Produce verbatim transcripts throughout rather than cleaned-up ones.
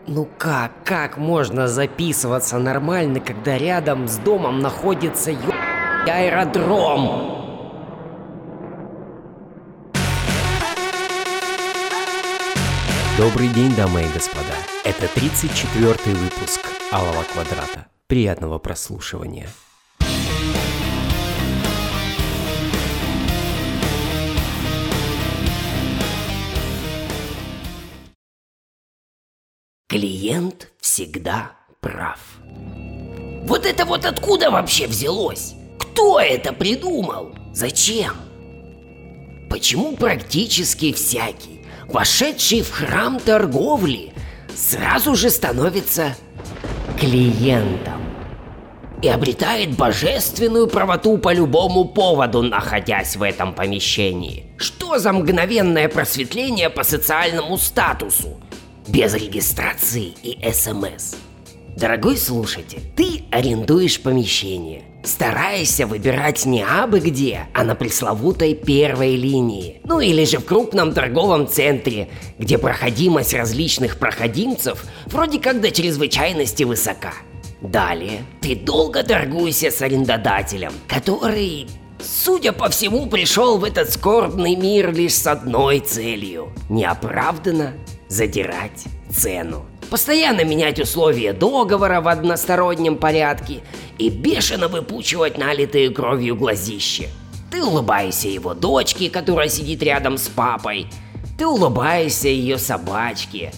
Ну как, как можно записываться нормально, когда рядом с домом находится ё... аэродром? Добрый день, дамы и господа. Это тридцать четвёртый выпуск Алого Квадрата. Приятного прослушивания. Клиент всегда прав. Вот это вот откуда вообще взялось? Кто это придумал? Зачем? Почему практически всякий, вошедший в храм торговли, сразу же становится клиентом и обретает божественную правоту по любому поводу, находясь в этом помещении? Что за мгновенное просветление по социальному статусу? Без регистрации и эс эм эс. Дорогой слушатель, ты арендуешь помещение, стараешься выбирать не абы где, а на пресловутой первой линии. Ну или же в крупном торговом центре, где проходимость различных проходимцев вроде как до чрезвычайности высока. Далее ты долго торгуешься с арендодателем, который, судя по всему, пришел в этот скорбный мир лишь с одной целью – неоправданно задирать цену. Постоянно менять условия договора в одностороннем порядке и бешено выпучивать налитые кровью глазища. Ты улыбаешься его дочке, которая сидит рядом с папой. Ты улыбаешься ее собачке.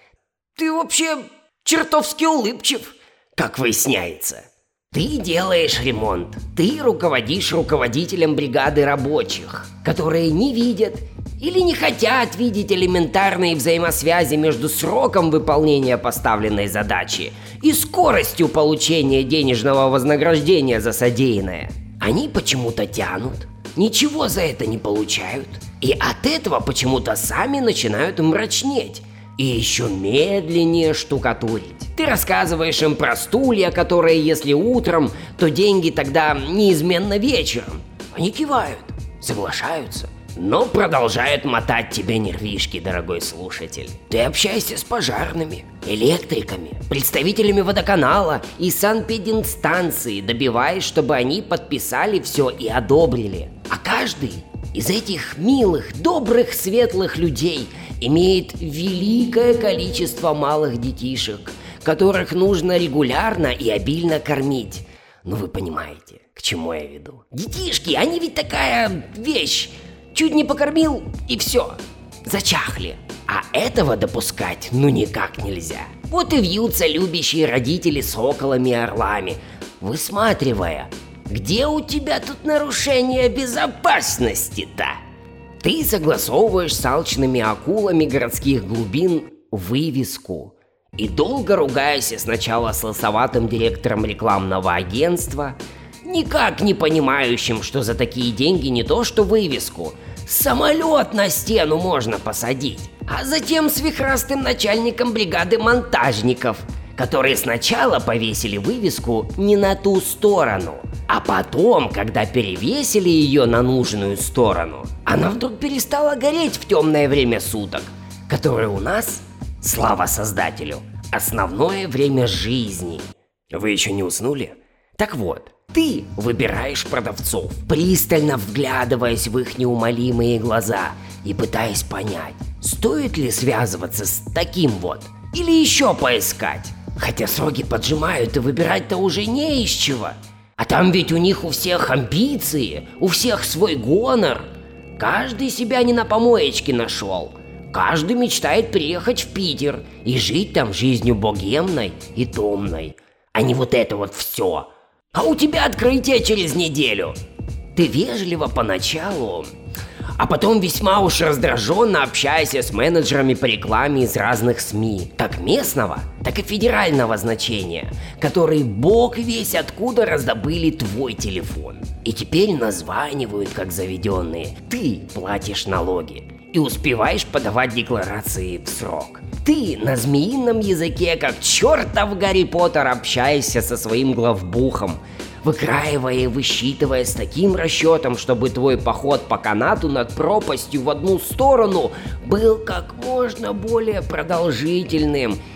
Ты вообще чертовски улыбчив, как выясняется. Ты делаешь ремонт. Ты руководишь руководителем бригады рабочих, которые не видят или не хотят видеть элементарные взаимосвязи между сроком выполнения поставленной задачи и скоростью получения денежного вознаграждения за содеянное. Они почему-то тянут, ничего за это не получают, и от этого почему-то сами начинают мрачнеть и еще медленнее штукатурить. Ты рассказываешь им про стулья, которые если утром, то деньги тогда неизменно вечером. Они кивают, соглашаются, но продолжают мотать тебе нервишки, дорогой слушатель. Ты общаешься с пожарными, электриками, представителями водоканала и санэпидинстанции, добиваясь, чтобы они подписали все и одобрили. А каждый из этих милых, добрых, светлых людей имеет великое количество малых детишек, которых нужно регулярно и обильно кормить. Ну вы понимаете, к чему я веду. Детишки, они ведь такая вещь. Чуть не покормил, и все, зачахли. А этого допускать ну никак нельзя. Вот и вьются любящие родители соколами и орлами, высматривая, где у тебя тут нарушение безопасности-то. Ты согласовываешь с алчными акулами городских глубин вывеску и долго ругаешься сначала с лысоватым директором рекламного агентства, никак не понимающим, что за такие деньги не то что вывеску, самолет на стену можно посадить, а затем с вихрастым начальником бригады монтажников, которые сначала повесили вывеску не на ту сторону, а потом, когда перевесили ее на нужную сторону, она вдруг перестала гореть в темное время суток, которое у нас, слава создателю, основное время жизни. Вы еще не уснули? Так вот, ты выбираешь продавцов, пристально вглядываясь в их неумолимые глаза и пытаясь понять, стоит ли связываться с таким вот, или еще поискать. Хотя сроки поджимают и выбирать-то уже не из чего. А там ведь у них у всех амбиции, у всех свой гонор. Каждый себя не на помоечке нашел. Каждый мечтает приехать в Питер и жить там жизнью богемной и томной, а не вот это вот все. А у тебя открытие через неделю. Ты вежливо поначалу, а потом весьма уж раздраженно общаешься с менеджерами по рекламе из разных СМИ, как местного, так и федерального значения, которые бог весь откуда раздобыли твой телефон. И теперь названивают как заведенные. Ты платишь налоги и успеваешь подавать декларации в срок. Ты на змеином языке, как чертов Гарри Поттер, общаешься со своим главбухом, выкраивая и высчитывая с таким расчетом, чтобы твой поход по канату над пропастью в одну сторону был как можно более продолжительным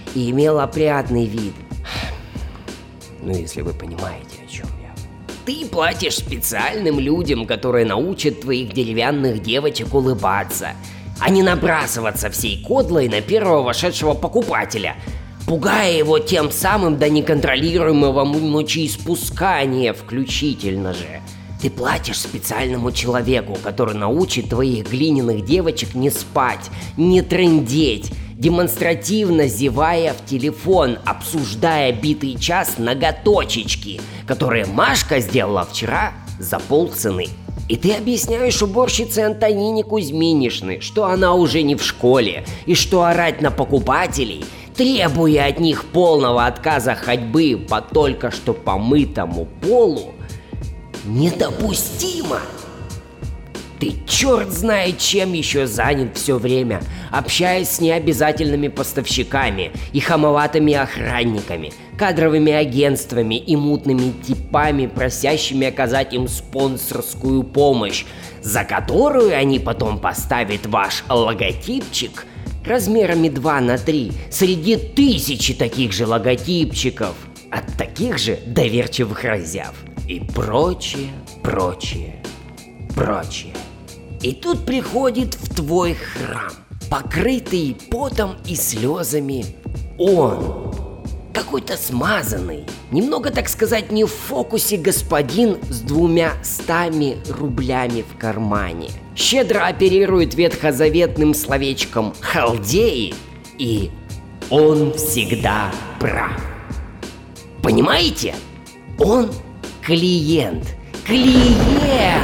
и имел опрятный вид. Ну, если вы понимаете, о чем я. Ты платишь специальным людям, которые научат твоих деревянных девочек улыбаться, а не набрасываться всей кодлой на первого вошедшего покупателя, пугая его тем самым до неконтролируемого мочеиспускания включительно же. Ты платишь специальному человеку, который научит твоих глиняных девочек не спать, не трындеть, демонстративно зевая в телефон, обсуждая битый час ноготочечки, которые Машка сделала вчера за полцены. И ты объясняешь уборщице Антонине Кузьминишны, что она уже не в школе, и что орать на покупателей, требуя от них полного отказа ходьбы по только что помытому полу, недопустимо. Ты черт знает чем еще занят все время, общаясь с необязательными поставщиками и хамоватыми охранниками, кадровыми агентствами и мутными типами, просящими оказать им спонсорскую помощь, за которую они потом поставят ваш логотипчик размерами два на три среди тысячи таких же логотипчиков от таких же доверчивых разяв. И прочее, прочее, прочее. И тут приходит в твой храм, покрытый потом и слезами, он, какой-то смазанный, немного, так сказать, не в фокусе господин с двумя стами рублями в кармане, щедро оперирует ветхозаветным словечком «халдеи», и он всегда прав. Понимаете? Он клиент. Клиент!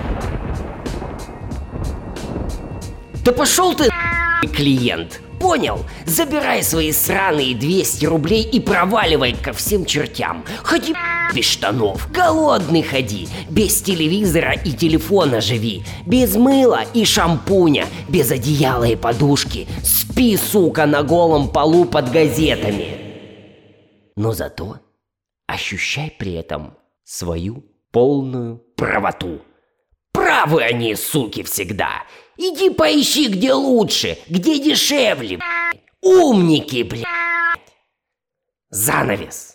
Да пошел ты, клиент! Понял? Забирай свои сраные двести рублей и проваливай ко всем чертям. Ходи без штанов, голодный ходи, без телевизора и телефона живи, без мыла и шампуня, без одеяла и подушки. Спи, сука, на голом полу под газетами. Но зато ощущай при этом свою полную правоту. Правы они, суки, всегда. Иди поищи, где лучше, где дешевле, блядь. Умники, блядь. Занавес.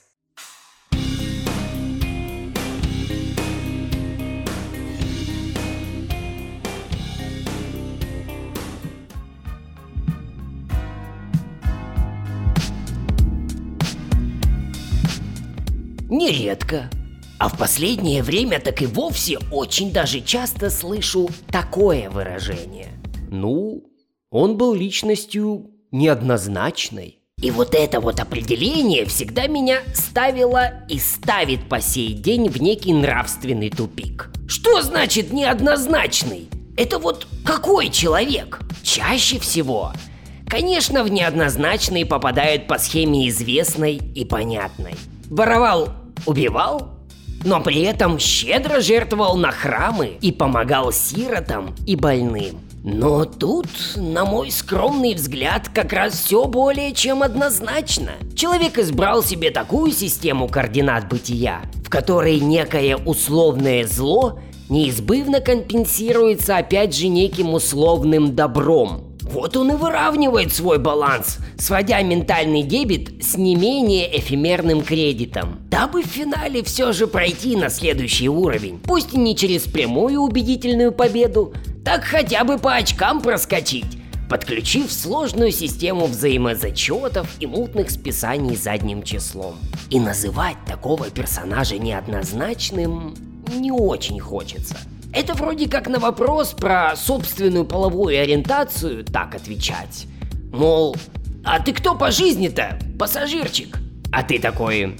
Нередко, а в последнее время так и вовсе очень даже часто слышу такое выражение. Ну, он был личностью неоднозначной. И вот это вот определение всегда меня ставило и ставит по сей день в некий нравственный тупик. Что значит неоднозначный? Это вот какой человек? Чаще всего, конечно, в неоднозначный попадают по схеме известной и понятной. Воровал, убивал, но при этом щедро жертвовал на храмы и помогал сиротам и больным. Но тут, на мой скромный взгляд, как раз все более чем однозначно. Человек избрал себе такую систему координат бытия, в которой некое условное зло неизбывно компенсируется опять же неким условным добром. Вот он и выравнивает свой баланс, сводя ментальный дебет с не менее эфемерным кредитом, дабы в финале все же пройти на следующий уровень, пусть и не через прямую убедительную победу, так хотя бы по очкам проскочить, подключив сложную систему взаимозачетов и мутных списаний задним числом. И называть такого персонажа неоднозначным не очень хочется. Это вроде как на вопрос про собственную половую ориентацию так отвечать. Мол, а ты кто по жизни-то, пассажирчик? А ты такой, эм,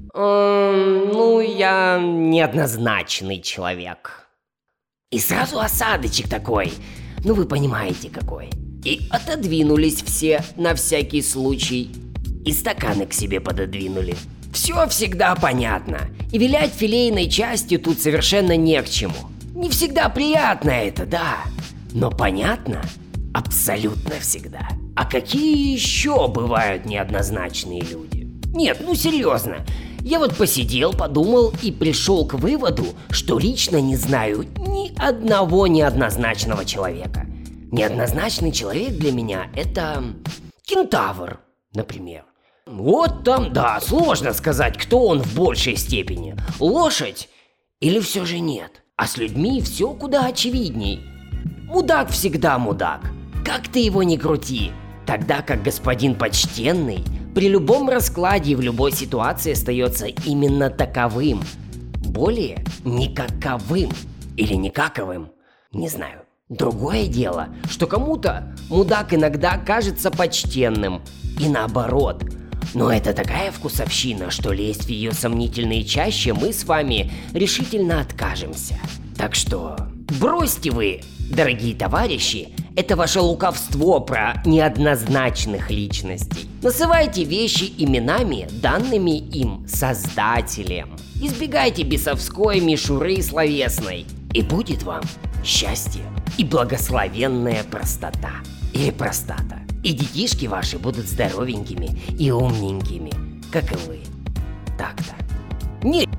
ну я неоднозначный человек. И сразу осадочек такой, ну вы понимаете какой. И отодвинулись все на всякий случай. И стаканы к себе пододвинули. Все всегда понятно. И вилять филейной частью тут совершенно не к чему. Не всегда приятно это, да, но понятно абсолютно всегда. А какие еще бывают неоднозначные люди? Нет, ну серьезно, я вот посидел, подумал и пришел к выводу, что лично не знаю ни одного неоднозначного человека. Неоднозначный человек для меня — это кентавр. например. Вот там, да, сложно сказать, кто он в большей степени. Лошадь или все же нет? А с людьми все куда очевидней. Мудак всегда мудак, как ты его ни крути. Тогда как господин почтенный при любом раскладе и в любой ситуации остается именно таковым. Более никаковым или никаковым, не знаю. Другое дело, что кому-то мудак иногда кажется почтенным, и наоборот. Но это такая вкусовщина, что лезть в ее сомнительные чащи мы с вами решительно откажемся. Так что бросьте вы, дорогие товарищи, это ваше лукавство про неоднозначных личностей. Называйте вещи именами, данными им создателем. Избегайте бесовской мишуры словесной, и будет вам счастье и благословенная простота. Или простата. И детишки ваши будут здоровенькими и умненькими, как и вы. Так-то. Не...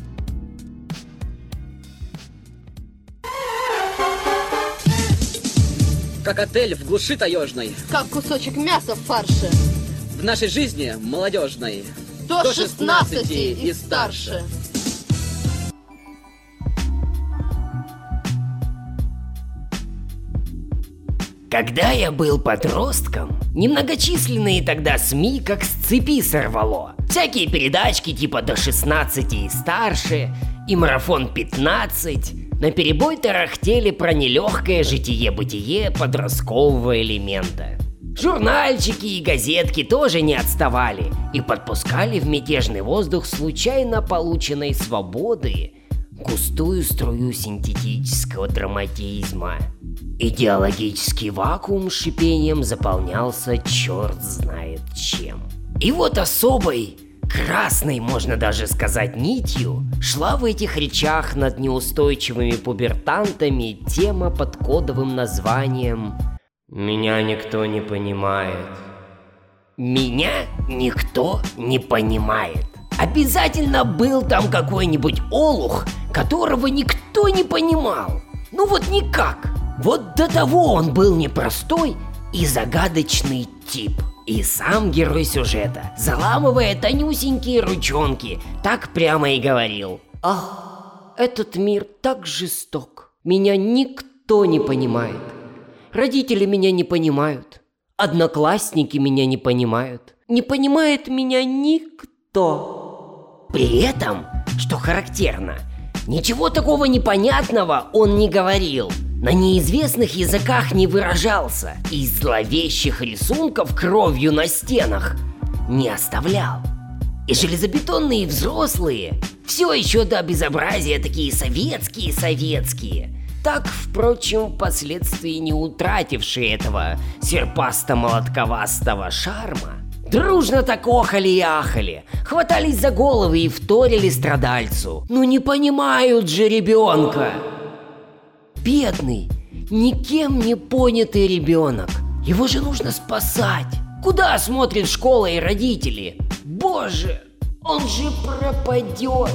Как отель в глуши таежной. Как кусочек мяса в фарше. В нашей жизни молодежной. До, До шестнадцати и старше. Когда я был подростком, немногочисленные тогда СМИ как с цепи сорвало. Всякие передачки типа «До шестнадцати и старше» и «Марафон пятнадцать» наперебой тарахтели про нелегкое житие-бытие подросткового элемента. Журнальчики и газетки тоже не отставали и подпускали в мятежный воздух случайно полученной свободы густую струю синтетического драматизма. Идеологический вакуум с шипением заполнялся черт знает чем. И вот особой, красной, можно даже сказать, нитью шла в этих речах над неустойчивыми пубертантами тема под кодовым названием «Меня никто не понимает». Меня никто не понимает. Обязательно был там какой-нибудь олух, которого никто не понимал. Ну вот никак. Вот до того он был непростой и загадочный тип. И сам герой сюжета, заламывая тонюсенькие ручонки, так прямо и говорил: «Ах, этот мир так жесток. Меня никто не понимает. Родители меня не понимают. Одноклассники меня не понимают. Не понимает меня никто». При этом, что характерно, ничего такого непонятного он не говорил. На неизвестных языках не выражался и зловещих рисунков кровью на стенах не оставлял. И железобетонные взрослые, все еще до безобразия такие советские-советские, так, впрочем, впоследствии не утратившие этого серпасто-молотковастого шарма, дружно так охали и ахали, хватались за головы и вторили страдальцу. Ну не понимают же ребенка! Бедный, никем не понятый ребенок. Его же нужно спасать. Куда смотрят школа и родители? Боже, он же пропадет.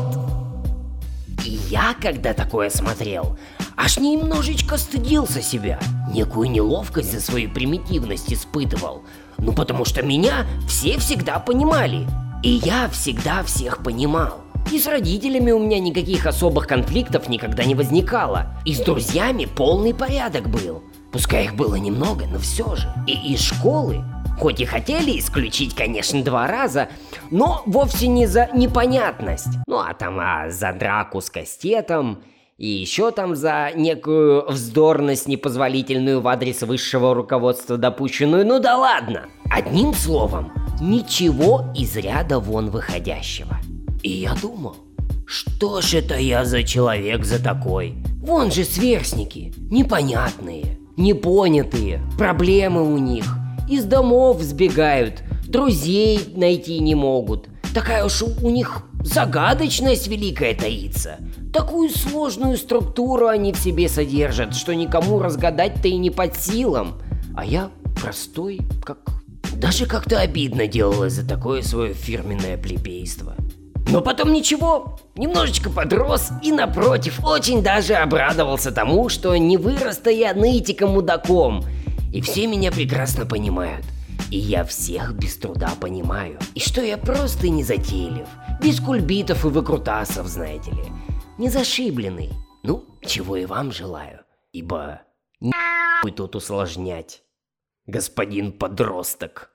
И я, когда такое смотрел, аж немножечко стыдился себя. Некую неловкость за свою примитивность испытывал. Ну потому что меня все всегда понимали. И я всегда всех понимал. И с родителями у меня никаких особых конфликтов никогда не возникало. И с друзьями полный порядок был. Пускай их было немного, но все же. И из школы, хоть и хотели исключить, конечно, два раза, но вовсе не за непонятность. Ну а там а за драку с кастетом, и еще там за некую вздорность непозволительную в адрес высшего руководства допущенную. Ну да ладно. Одним словом, ничего из ряда вон выходящего. И я думал, что ж это я за человек за такой? Вон же сверстники, непонятные, непонятые, проблемы у них, из домов сбегают, друзей найти не могут. Такая уж у них загадочность великая таится. Такую сложную структуру они в себе содержат, что никому разгадать-то и не под силам. А я простой, как... Даже как-то обидно делалось за такое свое фирменное плебейство. Но потом ничего, немножечко подрос и, напротив, очень даже обрадовался тому, что не вырос-то я нытиком-мудаком, и все меня прекрасно понимают. И я всех без труда понимаю. И что я просто не затейлив. Без кульбитов и выкрутасов, знаете ли. Не зашибленный. Ну, чего и вам желаю. Ибо нахуй тут усложнять, господин подросток.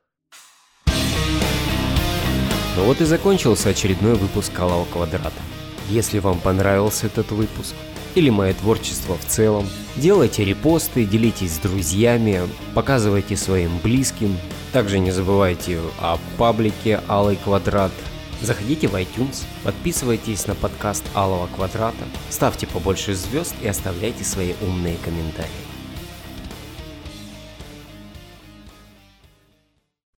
Ну вот и закончился очередной выпуск Алого Квадрата. Если вам понравился этот выпуск, или мое творчество в целом, делайте репосты, делитесь с друзьями, показывайте своим близким. Также не забывайте о паблике Алый Квадрат. Заходите в iTunes, подписывайтесь на подкаст Алого Квадрата, ставьте побольше звезд и оставляйте свои умные комментарии.